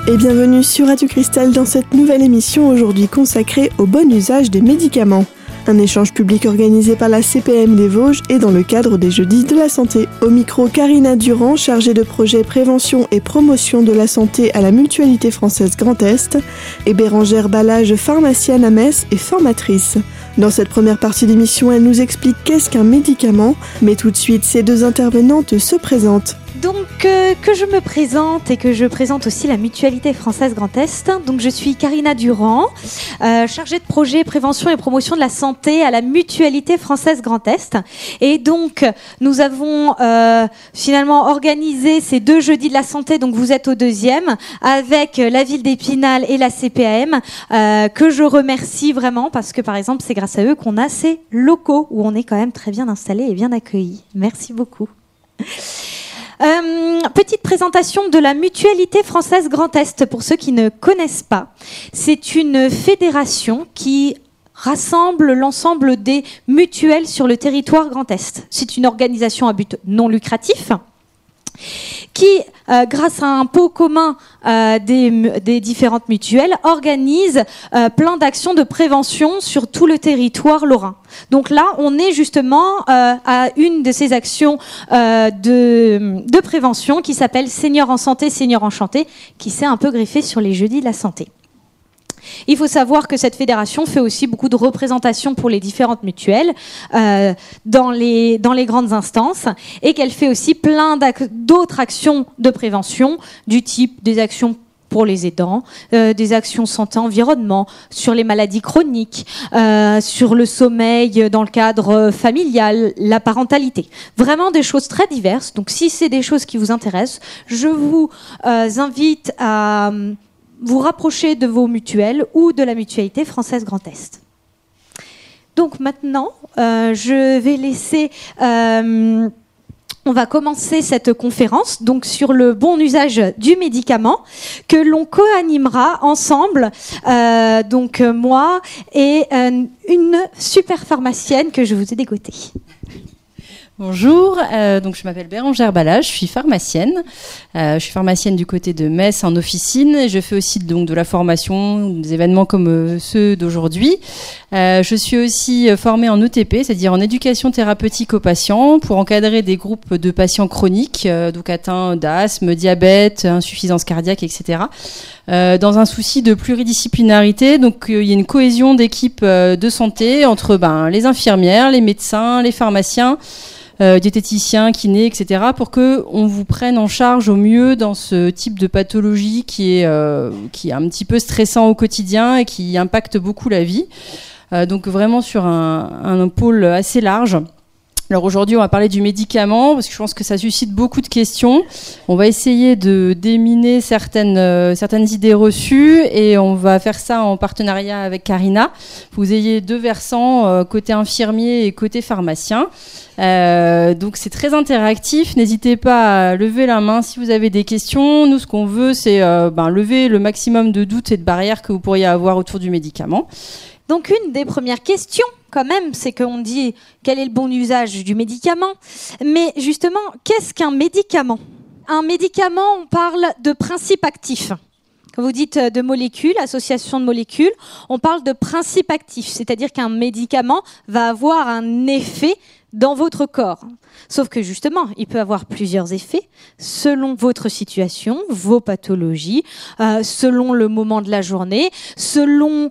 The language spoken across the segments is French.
Et bienvenue sur Radio Cristal dans cette nouvelle émission aujourd'hui consacrée au bon usage des médicaments. Un échange public organisé par la CPAM des Vosges et dans le cadre des Jeudis de la Santé. Au micro, Karina Durand, chargée de projet prévention et promotion de la santé à la Mutualité française Grand Est, et Bérangère Balage, pharmacienne à Metz et formatrice. Dans cette première partie d'émission, elle nous explique qu'est-ce qu'un médicament, mais tout de suite, ces deux intervenantes se présentent. Donc, que je me présente et que je présente aussi la Mutualité française Grand Est. Donc, je suis Karina Durand, chargée de projet prévention et promotion de la santé à la Mutualité française Grand Est. Et donc, nous avons finalement organisé ces deux jeudis de la santé. Donc, vous êtes au deuxième avec la ville d'Épinal et la CPAM, que je remercie vraiment parce que, par exemple, c'est grâce à eux qu'on a ces locaux où on est quand même très bien installés et bien accueillis. Merci beaucoup. Petite présentation de la Mutualité française Grand Est pour ceux qui ne connaissent pas. C'est une fédération qui rassemble l'ensemble des mutuelles sur le territoire Grand Est. C'est une organisation à but non lucratif qui, grâce à un pot commun des différentes mutuelles, organise plein d'actions de prévention sur tout le territoire lorrain. Donc là, on est justement à une de ces actions de prévention qui s'appelle Seniors en santé, Seniors enchantés, qui s'est un peu greffée sur les jeudis de la santé. Il faut savoir que cette fédération fait aussi beaucoup de représentations pour les différentes mutuelles dans les grandes instances et qu'elle fait aussi plein d'autres actions de prévention du type des actions pour les aidants, des actions santé-environnement, sur les maladies chroniques, sur le sommeil dans le cadre familial, la parentalité. Vraiment des choses très diverses. Donc si c'est des choses qui vous intéressent, je vous invite à vous rapprocher de vos mutuelles ou de la Mutualité française Grand Est. Donc maintenant, je vais laisser... on va commencer cette conférence donc sur le bon usage du médicament que l'on co-animera ensemble, donc moi et une super pharmacienne que je vous ai dégotée. Bonjour, donc je m'appelle Bérangère Balage, je suis pharmacienne. Je suis pharmacienne du côté de Metz en officine et je fais aussi donc de la formation, des événements comme ceux d'aujourd'hui. Je suis aussi formée en ETP, c'est-à-dire en éducation thérapeutique aux patients pour encadrer des groupes de patients chroniques, donc atteints d'asthme, diabète, insuffisance cardiaque, etc. Dans un souci de pluridisciplinarité, donc il y a une cohésion d'équipes de santé entre les infirmières, les médecins, les pharmaciens, diététiciens, kinés, etc., pour que on vous prenne en charge au mieux dans ce type de pathologie qui est un petit peu stressant au quotidien et qui impacte beaucoup la vie. Donc vraiment sur un pôle assez large. Alors aujourd'hui, on va parler du médicament parce que je pense que ça suscite beaucoup de questions. On va essayer de déminer certaines idées reçues et on va faire ça en partenariat avec Karina. Vous ayez deux versants, côté infirmier et côté pharmacien. Donc c'est très interactif. N'hésitez pas à lever la main si vous avez des questions. Nous, ce qu'on veut, c'est lever le maximum de doutes et de barrières que vous pourriez avoir autour du médicament. Donc une des premières questions, quand même, c'est qu'on dit quel est le bon usage du médicament. Mais justement, qu'est-ce qu'un médicament ? Un médicament, on parle de principe actif. Quand vous dites de molécules, association de molécules, on parle de principe actif. C'est-à-dire qu'un médicament va avoir un effet dans votre corps. Sauf que justement, il peut avoir plusieurs effets selon votre situation, vos pathologies, selon le moment de la journée, selon,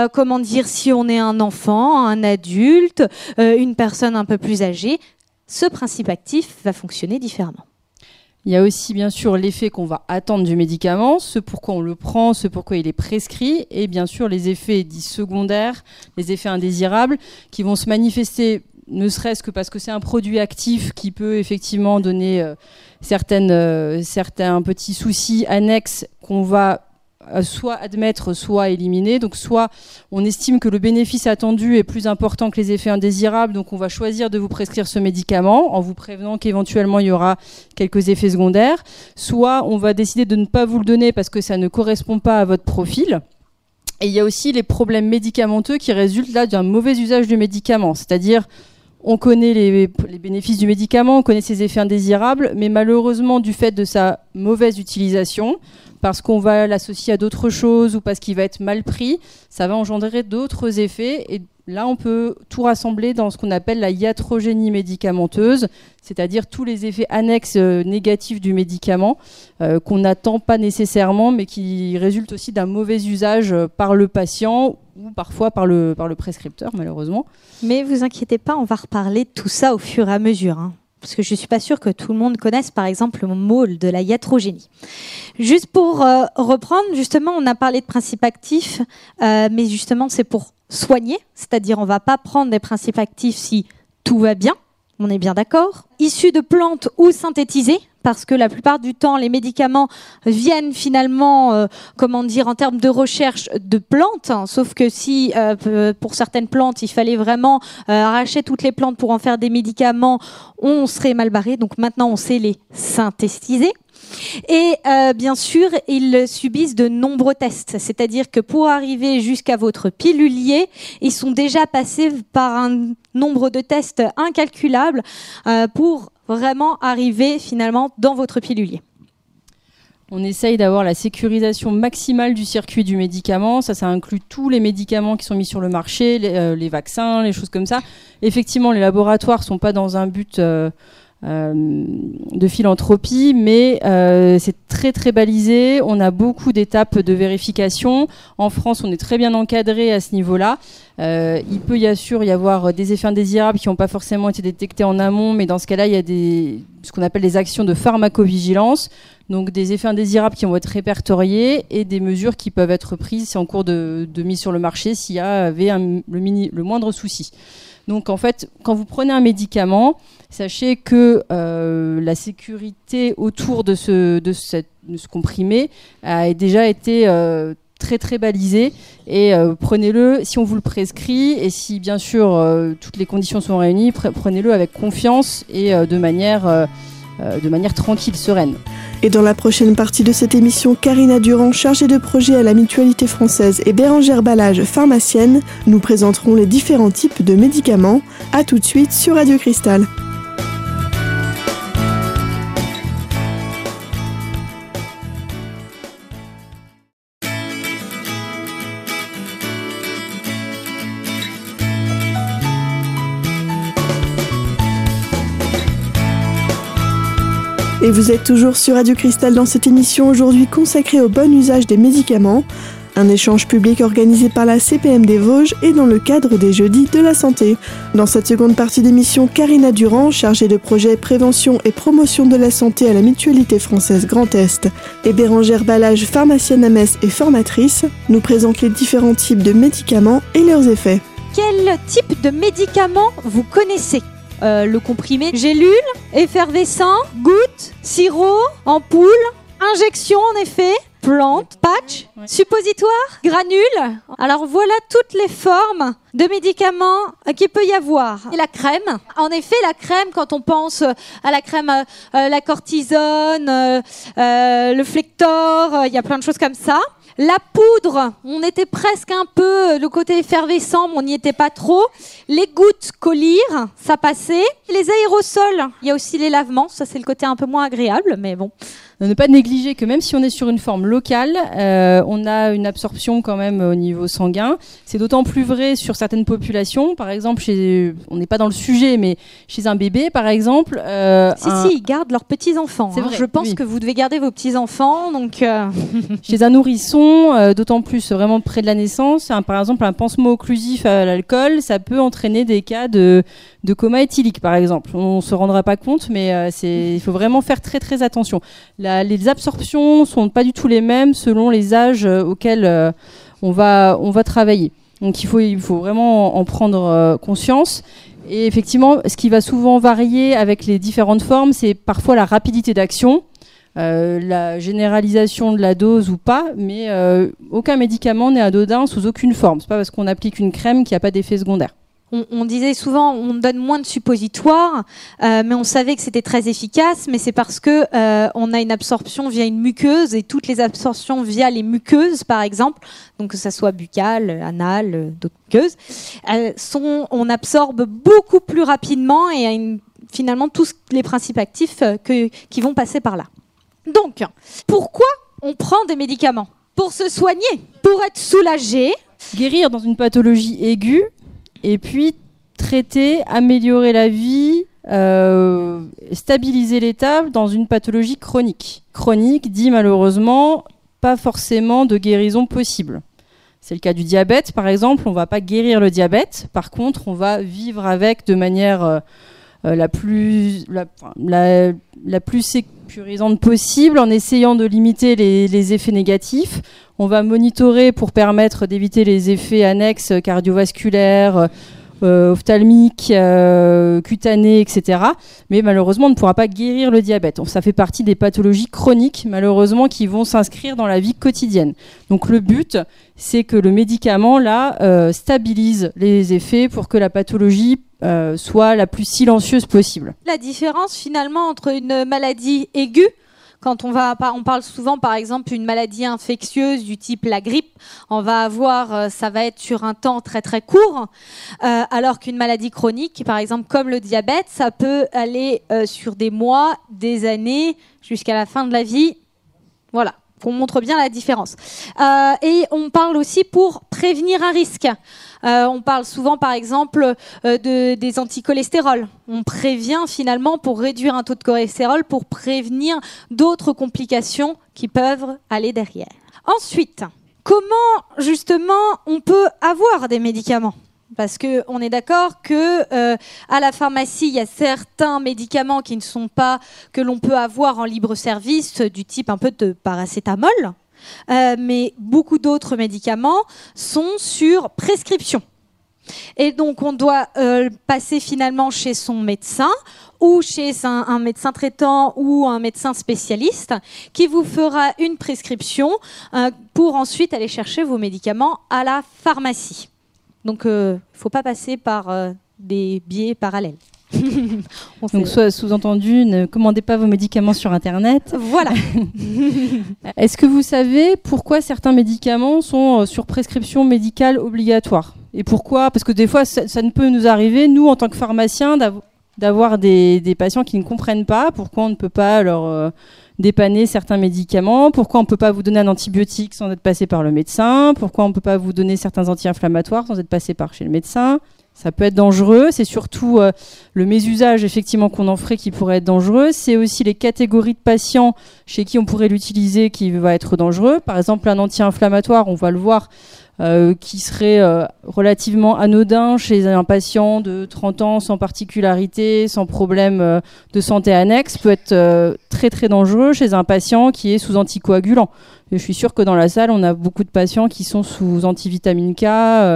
si on est un enfant, un adulte, une personne un peu plus âgée. Ce principe actif va fonctionner différemment. Il y a aussi bien sûr l'effet qu'on va attendre du médicament, ce pourquoi on le prend, ce pourquoi il est prescrit, et bien sûr les effets dits secondaires, les effets indésirables qui vont se manifester ne serait-ce que parce que c'est un produit actif qui peut effectivement donner certains petits soucis annexes qu'on va soit admettre, soit éliminer. Donc soit on estime que le bénéfice attendu est plus important que les effets indésirables, donc on va choisir de vous prescrire ce médicament en vous prévenant qu'éventuellement il y aura quelques effets secondaires. Soit on va décider de ne pas vous le donner parce que ça ne correspond pas à votre profil. Et il y a aussi les problèmes médicamenteux qui résultent là d'un mauvais usage du médicament, c'est-à-dire On connaît les bénéfices du médicament, on connaît ses effets indésirables, mais malheureusement, du fait de sa mauvaise utilisation, parce qu'on va l'associer à d'autres choses ou parce qu'il va être mal pris, ça va engendrer d'autres effets. Et là, on peut tout rassembler dans ce qu'on appelle la iatrogénie médicamenteuse, c'est-à-dire tous les effets annexes négatifs du médicament qu'on n'attend pas nécessairement, mais qui résultent aussi d'un mauvais usage par le patient ou parfois par le prescripteur, malheureusement. Mais vous inquiétez pas, on va reparler de tout ça au fur et à mesure, hein. Parce que je ne suis pas sûre que tout le monde connaisse, par exemple, le mot de la iatrogénie. Juste pour reprendre, justement, on a parlé de principes actifs, mais justement, c'est pour soigner, c'est-à-dire on ne va pas prendre des principes actifs si tout va bien, on est bien d'accord. Issus de plantes ou synthétisés, parce que la plupart du temps, les médicaments viennent finalement, en termes de recherche de plantes, hein, sauf que si, pour certaines plantes, il fallait vraiment arracher toutes les plantes pour en faire des médicaments, on serait mal barré. Donc maintenant, on sait les synthétiser. Et bien sûr, ils subissent de nombreux tests. C'est-à-dire que pour arriver jusqu'à votre pilulier, ils sont déjà passés par un nombre de tests incalculables pour vraiment arriver finalement dans votre pilulier. On essaye d'avoir la sécurisation maximale du circuit du médicament. Ça inclut tous les médicaments qui sont mis sur le marché, les vaccins, les choses comme ça. Effectivement, les laboratoires ne sont pas dans un but de philanthropie, mais c'est très très balisé. On a beaucoup d'étapes de vérification. En France, on est très bien encadré à ce niveau-là. Il peut y avoir des effets indésirables qui n'ont pas forcément été détectés en amont, mais dans ce cas-là, il y a ce qu'on appelle des actions de pharmacovigilance, donc des effets indésirables qui vont être répertoriés et des mesures qui peuvent être prises en cours de mise sur le marché s'il y avait le moindre souci. Donc en fait, quand vous prenez un médicament, sachez que la sécurité autour de ce comprimé a déjà été très très balisée, et prenez-le si on vous le prescrit, et si bien sûr toutes les conditions sont réunies, prenez-le avec confiance et de manière tranquille, sereine. Et dans la prochaine partie de cette émission, Karina Durand, chargée de projet à la Mutualité française, et Bérengère Balage, pharmacienne, nous présenteront les différents types de médicaments. A tout de suite sur Radio Cristal. Et vous êtes toujours sur Radio Cristal dans cette émission aujourd'hui consacrée au bon usage des médicaments, un échange public organisé par la CPM des Vosges et dans le cadre des Jeudis de la Santé. Dans cette seconde partie d'émission, Karina Durand, chargée de projet prévention et promotion de la santé à la Mutualité française Grand Est, et Bérengère Balage, pharmacienne à Metz et formatrice, nous présentent les différents types de médicaments et leurs effets. Quel type de médicaments vous connaissez ? Le comprimé, gélule, effervescent, goutte, sirop, ampoule, injection en effet, plante, patch, suppositoire, granule. Alors voilà toutes les formes de médicaments qu'il peut y avoir. Et la crème, en effet la crème, quand on pense à la crème, la cortisone, le Flector, il y a plein de choses comme ça. La poudre, on était presque un peu le côté effervescent, mais on n'y était pas trop. Les gouttes collyre, ça passait. Les aérosols, il y a aussi les lavements, ça c'est le côté un peu moins agréable, mais bon. Ne pas négliger que même si on est sur une forme locale, on a une absorption quand même au niveau sanguin. C'est d'autant plus vrai sur certaines populations. Par exemple, on n'est pas dans le sujet, mais chez un bébé, par exemple... ils gardent leurs petits-enfants. C'est vrai, je pense que vous devez garder vos petits-enfants. Donc Chez un nourrisson, d'autant plus vraiment près de la naissance, par exemple, un pansement occlusif à l'alcool, ça peut entraîner des cas de coma éthylique, par exemple. On ne se rendra pas compte, mais il faut vraiment faire très très attention. Les absorptions sont pas du tout les mêmes selon les âges auxquels on va travailler. Donc il faut vraiment en prendre conscience. Et effectivement, ce qui va souvent varier avec les différentes formes, c'est parfois la rapidité d'action, la généralisation de la dose ou pas, mais aucun médicament n'est anodin sous aucune forme. C'est pas parce qu'on applique une crème qu'il n'y a pas d'effet secondaire. On disait souvent on donne moins de suppositoires, mais on savait que c'était très efficace, mais c'est parce que on a une absorption via une muqueuse, et toutes les absorptions via les muqueuses, par exemple, donc que ça soit buccale, anale, d'autres muqueuses, on absorbe beaucoup plus rapidement et finalement tous les principes actifs qui vont passer par là. Donc, pourquoi on prend des médicaments? Pour se soigner, pour être soulagé, guérir dans une pathologie aiguë, et puis traiter, améliorer la vie, stabiliser l'état dans une pathologie chronique. Chronique dit malheureusement pas forcément de guérison possible. C'est le cas du diabète par exemple, on ne va pas guérir le diabète, par contre on va vivre avec de manière la plus sécurisante possible en essayant de limiter les effets négatifs. On va monitorer pour permettre d'éviter les effets annexes cardiovasculaires, ophtalmiques, cutanés, etc. Mais malheureusement, on ne pourra pas guérir le diabète. Donc, ça fait partie des pathologies chroniques, malheureusement, qui vont s'inscrire dans la vie quotidienne. Donc le but, c'est que le médicament, là, stabilise les effets pour que la pathologie soit la plus silencieuse possible. La différence, finalement, entre une maladie aiguë, quand on parle souvent, par exemple, une maladie infectieuse du type la grippe, on va avoir, ça va être sur un temps très très court, alors qu'une maladie chronique, par exemple comme le diabète, ça peut aller sur des mois, des années, jusqu'à la fin de la vie. Voilà, qu'on montre bien la différence. Et on parle aussi pour prévenir un risque. On parle souvent, par exemple, des anticholestérols. On prévient finalement pour réduire un taux de cholestérol, pour prévenir d'autres complications qui peuvent aller derrière. Ensuite, comment justement on peut avoir des médicaments ? Parce que on est d'accord que à la pharmacie, il y a certains médicaments qui ne sont pas, que l'on peut avoir en libre service, du type un peu de paracétamol. Mais beaucoup d'autres médicaments sont sur prescription. Et donc, on doit passer finalement chez son médecin ou chez un médecin traitant ou un médecin spécialiste qui vous fera une prescription pour ensuite aller chercher vos médicaments à la pharmacie. Donc, il ne faut pas passer par des biais parallèles. Donc soit sous-entendu, ne commandez pas vos médicaments sur Internet. Voilà. Est-ce que vous savez pourquoi certains médicaments sont sur prescription médicale obligatoire ? Et pourquoi ? Parce que des fois, ça ne peut nous arriver, nous, en tant que pharmaciens, d'avoir des patients qui ne comprennent pas pourquoi on ne peut pas leur dépanner certains médicaments, pourquoi on ne peut pas vous donner un antibiotique sans être passé par le médecin, pourquoi on ne peut pas vous donner certains anti-inflammatoires sans être passé par chez le médecin. Ça peut être dangereux, c'est surtout le mésusage effectivement qu'on en ferait qui pourrait être dangereux. C'est aussi les catégories de patients chez qui on pourrait l'utiliser qui va être dangereux. Par exemple, un anti-inflammatoire, on va le voir, qui serait relativement anodin chez un patient de 30 ans sans particularité, sans problème de santé annexe, peut être très très dangereux chez un patient qui est sous anticoagulant. Et je suis sûre que dans la salle, on a beaucoup de patients qui sont sous antivitamine K,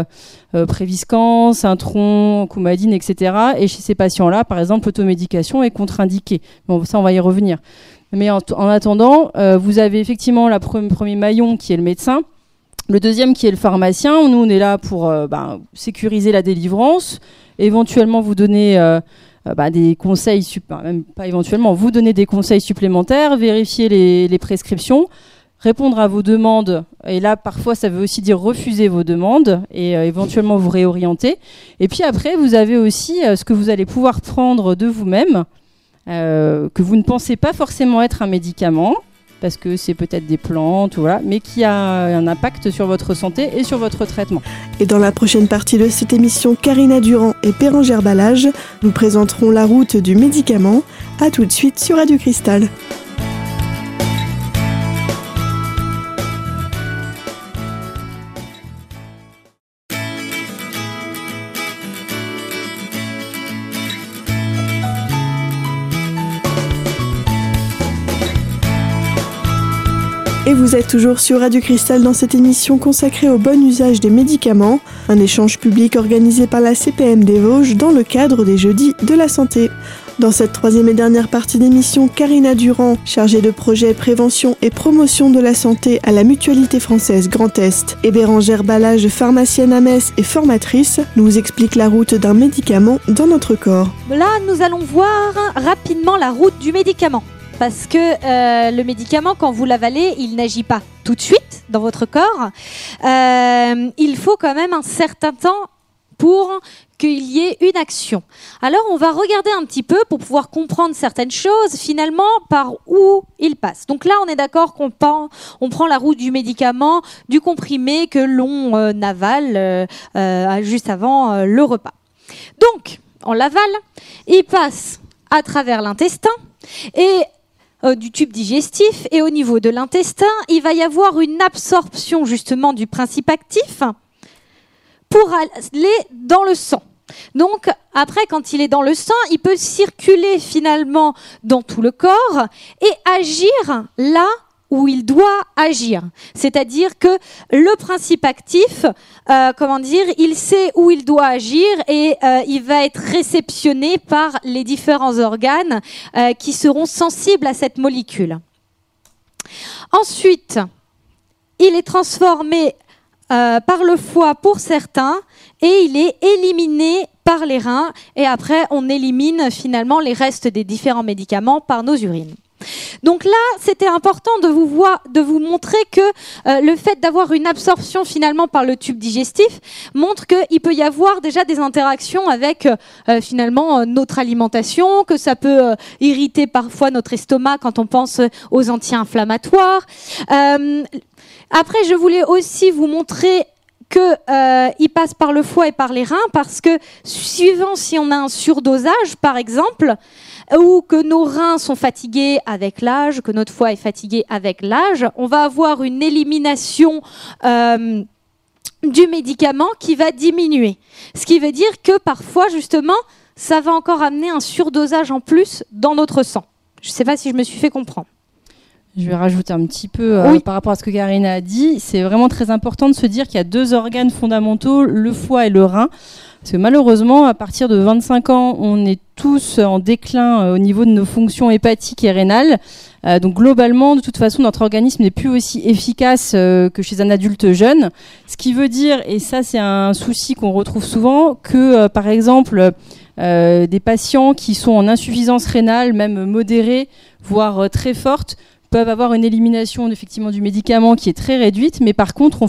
Préviscan, Cintron, Coumadine, etc. Et chez ces patients-là, par exemple, l'automédication est contre-indiquée. Bon, ça, on va y revenir. Mais en attendant, vous avez effectivement le premier maillon qui est le médecin. Le deuxième qui est le pharmacien. Nous, on est là pour sécuriser la délivrance, éventuellement vous donner des conseils, même pas éventuellement, vous donner des conseils supplémentaires, vérifier les prescriptions, répondre à vos demandes. Et là, parfois, ça veut aussi dire refuser vos demandes et éventuellement vous réorienter. Et puis après, vous avez aussi ce que vous allez pouvoir prendre de vous-même, que vous ne pensez pas forcément être un médicament, parce que c'est peut-être des plantes, voilà, mais qui a un impact sur votre santé et sur votre traitement. Et dans la prochaine partie de cette émission, Karina Durand et Bérengère Balage nous présenteront la route du médicament. À tout de suite sur Radio Cristal. Et vous êtes toujours sur Radio Cristal dans cette émission consacrée au bon usage des médicaments, un échange public organisé par la CPM des Vosges dans le cadre des Jeudis de la Santé. Dans cette troisième et dernière partie d'émission, Karina Durand, chargée de projet prévention et promotion de la santé à la Mutualité française Grand Est, et Bérangère Balage, pharmacienne à Metz et formatrice, nous explique la route d'un médicament dans notre corps. Là, nous allons voir rapidement la route du médicament. Parce que le médicament, quand vous l'avalez, il n'agit pas tout de suite dans votre corps. Il faut quand même un certain temps pour qu'il y ait une action. Alors, on va regarder un petit peu pour pouvoir comprendre certaines choses, finalement, par où il passe. Donc là, on est d'accord qu'on prend la route du médicament, du comprimé que l'on avale juste avant le repas. Donc, on l'avale, il passe à travers l'intestin et du tube digestif, et au niveau de l'intestin, il va y avoir une absorption justement du principe actif pour aller dans le sang. Donc après, quand il est dans le sang, il peut circuler finalement dans tout le corps et agir là où il doit agir. C'est-à-dire que le principe actif, il sait où il doit agir et il va être réceptionné par les différents organes qui seront sensibles à cette molécule. Ensuite, il est transformé par le foie pour certains et il est éliminé par les reins et après on élimine finalement les restes des différents médicaments par nos urines. Donc là, c'était important de vous montrer que le fait d'avoir une absorption finalement par le tube digestif montre qu'il peut y avoir déjà des interactions avec finalement notre alimentation, que ça peut irriter parfois notre estomac quand on pense aux anti-inflammatoires. Après, je voulais aussi vous montrer qu'il passe par le foie et par les reins parce que suivant si on a un surdosage par exemple, ou que nos reins sont fatigués avec l'âge, que notre foie est fatigué avec l'âge, on va avoir une élimination du médicament qui va diminuer. Ce qui veut dire que parfois, justement, ça va encore amener un surdosage en plus dans notre sang. Je ne sais pas si je me suis fait comprendre. Je vais rajouter un petit peu par rapport à ce que Karina a dit. C'est vraiment très important de se dire qu'il y a deux organes fondamentaux, le foie et le rein. Parce que malheureusement, à partir de 25 ans, on est tous en déclin au niveau de nos fonctions hépatiques et rénales. Donc globalement, de toute façon, notre organisme n'est plus aussi efficace que chez un adulte jeune. Ce qui veut dire, et ça c'est un souci qu'on retrouve souvent, que par exemple, des patients qui sont en insuffisance rénale, même modérée, voire très forte, peuvent avoir une élimination effectivement du médicament qui est très réduite, mais par contre on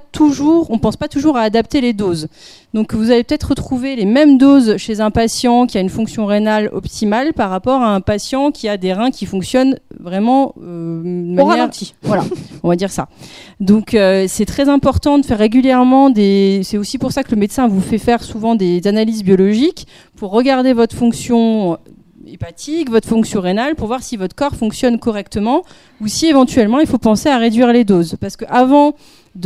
pense pas toujours à adapter les doses. Donc vous allez peut-être retrouver les mêmes doses chez un patient qui a une fonction rénale optimale par rapport à un patient qui a des reins qui fonctionnent vraiment au ralenti. Voilà, on va dire ça. Donc c'est très important de faire régulièrement c'est aussi pour ça que le médecin vous fait faire souvent des analyses biologiques pour regarder votre fonction hépatique, votre fonction rénale, pour voir si votre corps fonctionne correctement ou si éventuellement il faut penser à réduire les doses. Parce qu'avant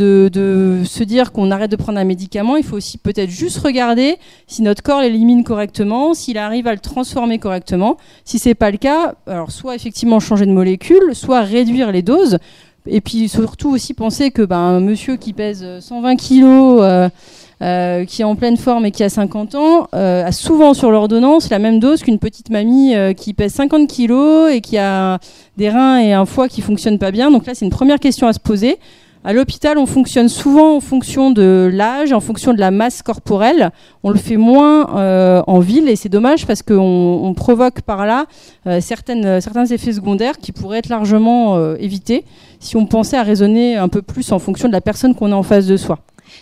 de se dire qu'on arrête de prendre un médicament, il faut aussi peut-être juste regarder si notre corps l'élimine correctement, s'il arrive à le transformer correctement. Si c'est pas le cas, alors soit effectivement changer de molécule, soit réduire les doses. Et puis surtout aussi penser que un monsieur qui pèse 120 kilos, qui est en pleine forme et qui a 50 ans, a souvent sur l'ordonnance la même dose qu'une petite mamie qui pèse 50 kilos et qui a des reins et un foie qui fonctionnent pas bien. Donc là, c'est une première question à se poser. À l'hôpital, on fonctionne souvent en fonction de l'âge, en fonction de la masse corporelle. On le fait moins en ville et c'est dommage parce qu'on provoque par là certains effets secondaires qui pourraient être largement évités si on pensait à raisonner un peu plus en fonction de la personne qu'on a en face de soi.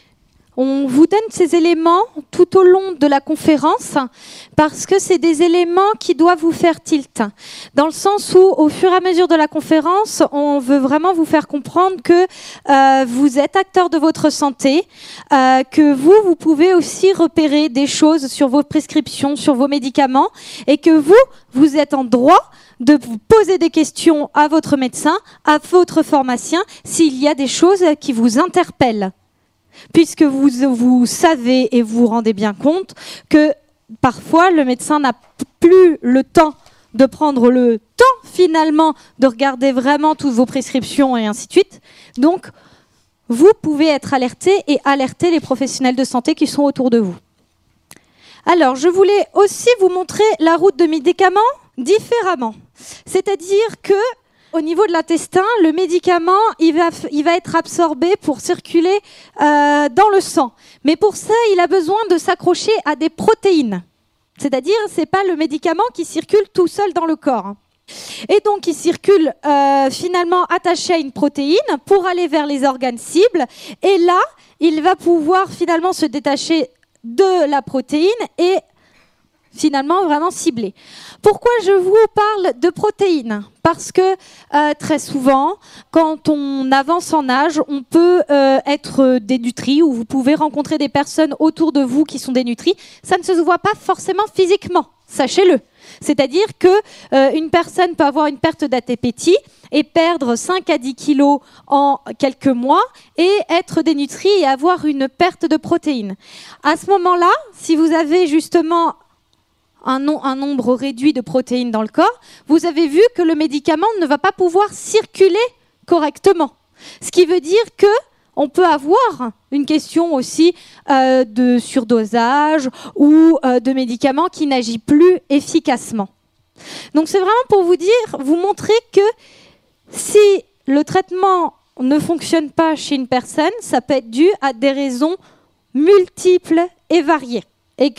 On vous donne ces éléments tout au long de la conférence parce que c'est des éléments qui doivent vous faire tilt. Dans le sens où, au fur et à mesure de la conférence, on veut vraiment vous faire comprendre que vous êtes acteur de votre santé, que vous pouvez aussi repérer des choses sur vos prescriptions, sur vos médicaments, et que vous êtes en droit de vous poser des questions à votre médecin, à votre pharmacien, s'il y a des choses qui vous interpellent. Puisque vous savez et vous vous rendez bien compte que parfois le médecin n'a plus le temps de prendre le temps finalement de regarder vraiment toutes vos prescriptions et ainsi de suite. Donc, vous pouvez être alerté et alerter les professionnels de santé qui sont autour de vous. Alors, je voulais aussi vous montrer la route de médicaments différemment. C'est-à-dire que au niveau de l'intestin, le médicament, il va être absorbé pour circuler dans le sang. Mais pour ça, il a besoin de s'accrocher à des protéines. C'est-à-dire, c'est pas le médicament qui circule tout seul dans le corps. Et donc, il circule finalement attaché à une protéine pour aller vers les organes cibles. Et là, il va pouvoir finalement se détacher de la protéine et finalement vraiment ciblé. Pourquoi je vous parle de protéines ? Parce que très souvent, quand on avance en âge, on peut être dénutri ou vous pouvez rencontrer des personnes autour de vous qui sont dénutries. Ça ne se voit pas forcément physiquement, sachez-le. C'est-à-dire qu'une personne peut avoir une perte d'appétit et perdre 5 à 10 kilos en quelques mois et être dénutri et avoir une perte de protéines. À ce moment-là, si vous avez justement un nombre réduit de protéines dans le corps, vous avez vu que le médicament ne va pas pouvoir circuler correctement. Ce qui veut dire qu'on peut avoir une question aussi de surdosage ou de médicaments qui n'agissent plus efficacement. Donc c'est vraiment pour vous montrer que si le traitement ne fonctionne pas chez une personne, ça peut être dû à des raisons multiples et variées. Et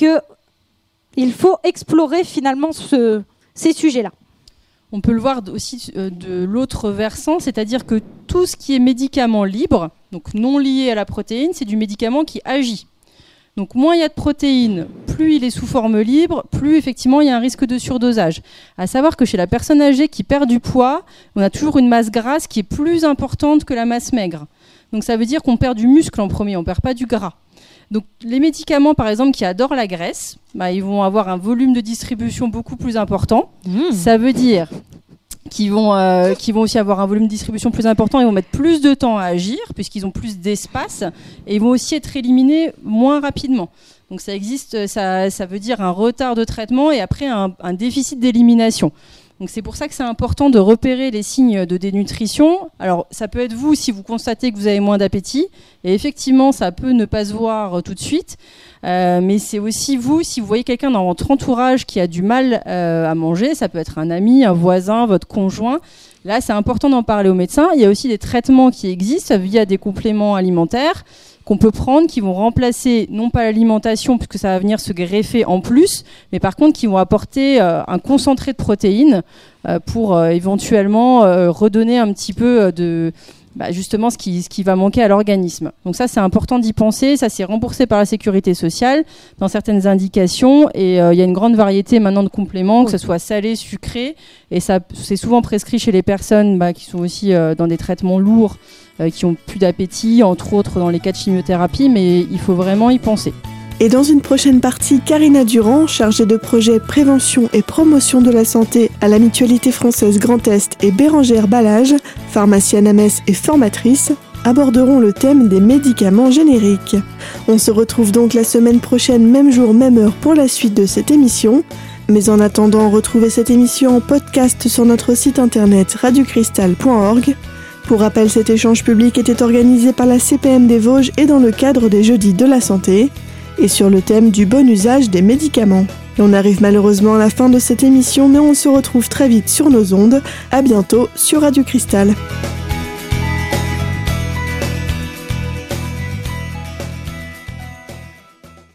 qu'il faut explorer finalement ces sujets-là. On peut le voir aussi de l'autre versant, c'est-à-dire que tout ce qui est médicament libre, donc non lié à la protéine, c'est du médicament qui agit. Donc moins il y a de protéines, plus il est sous forme libre, plus effectivement il y a un risque de surdosage. À savoir que chez la personne âgée qui perd du poids, on a toujours une masse grasse qui est plus importante que la masse maigre. Donc ça veut dire qu'on perd du muscle en premier, on ne perd pas du gras. Donc les médicaments par exemple qui adorent la graisse, ils vont avoir un volume de distribution beaucoup plus important. Ça veut dire qu'ils vont aussi avoir un volume de distribution plus important, ils vont mettre plus de temps à agir puisqu'ils ont plus d'espace et ils vont aussi être éliminés moins rapidement. Donc ça existe, ça veut dire un retard de traitement et après un déficit d'élimination. Donc c'est pour ça que c'est important de repérer les signes de dénutrition. Alors ça peut être vous si vous constatez que vous avez moins d'appétit et effectivement ça peut ne pas se voir tout de suite. Mais c'est aussi vous si vous voyez quelqu'un dans votre entourage qui a du mal à manger, ça peut être un ami, un voisin, votre conjoint. Là c'est important d'en parler au médecin. Il y a aussi des traitements qui existent via des compléments alimentaires qu'on peut prendre, qui vont remplacer non pas l'alimentation puisque ça va venir se greffer en plus, mais par contre qui vont apporter un concentré de protéines pour éventuellement redonner un petit peu de justement ce qui va manquer à l'organisme. Donc ça c'est important d'y penser, ça c'est remboursé par la sécurité sociale dans certaines indications et il y a une grande variété maintenant de compléments, que ce soit salé, sucré, et ça c'est souvent prescrit chez les personnes qui sont aussi dans des traitements lourds, qui ont plus d'appétit, entre autres dans les cas de chimiothérapie, mais il faut vraiment y penser. Et dans une prochaine partie, Karina Durand, chargée de projet prévention et promotion de la santé à la Mutualité française Grand Est, et Bérangère Balage, pharmacienne à Metz et formatrice, aborderont le thème des médicaments génériques. On se retrouve donc la semaine prochaine, même jour, même heure, pour la suite de cette émission. Mais en attendant, retrouvez cette émission en podcast sur notre site internet radiocristal.org. Pour rappel, cet échange public était organisé par la CPM des Vosges et dans le cadre des Jeudis de la Santé, et sur le thème du bon usage des médicaments. Et on arrive malheureusement à la fin de cette émission, mais on se retrouve très vite sur nos ondes. À bientôt sur Radio Cristal.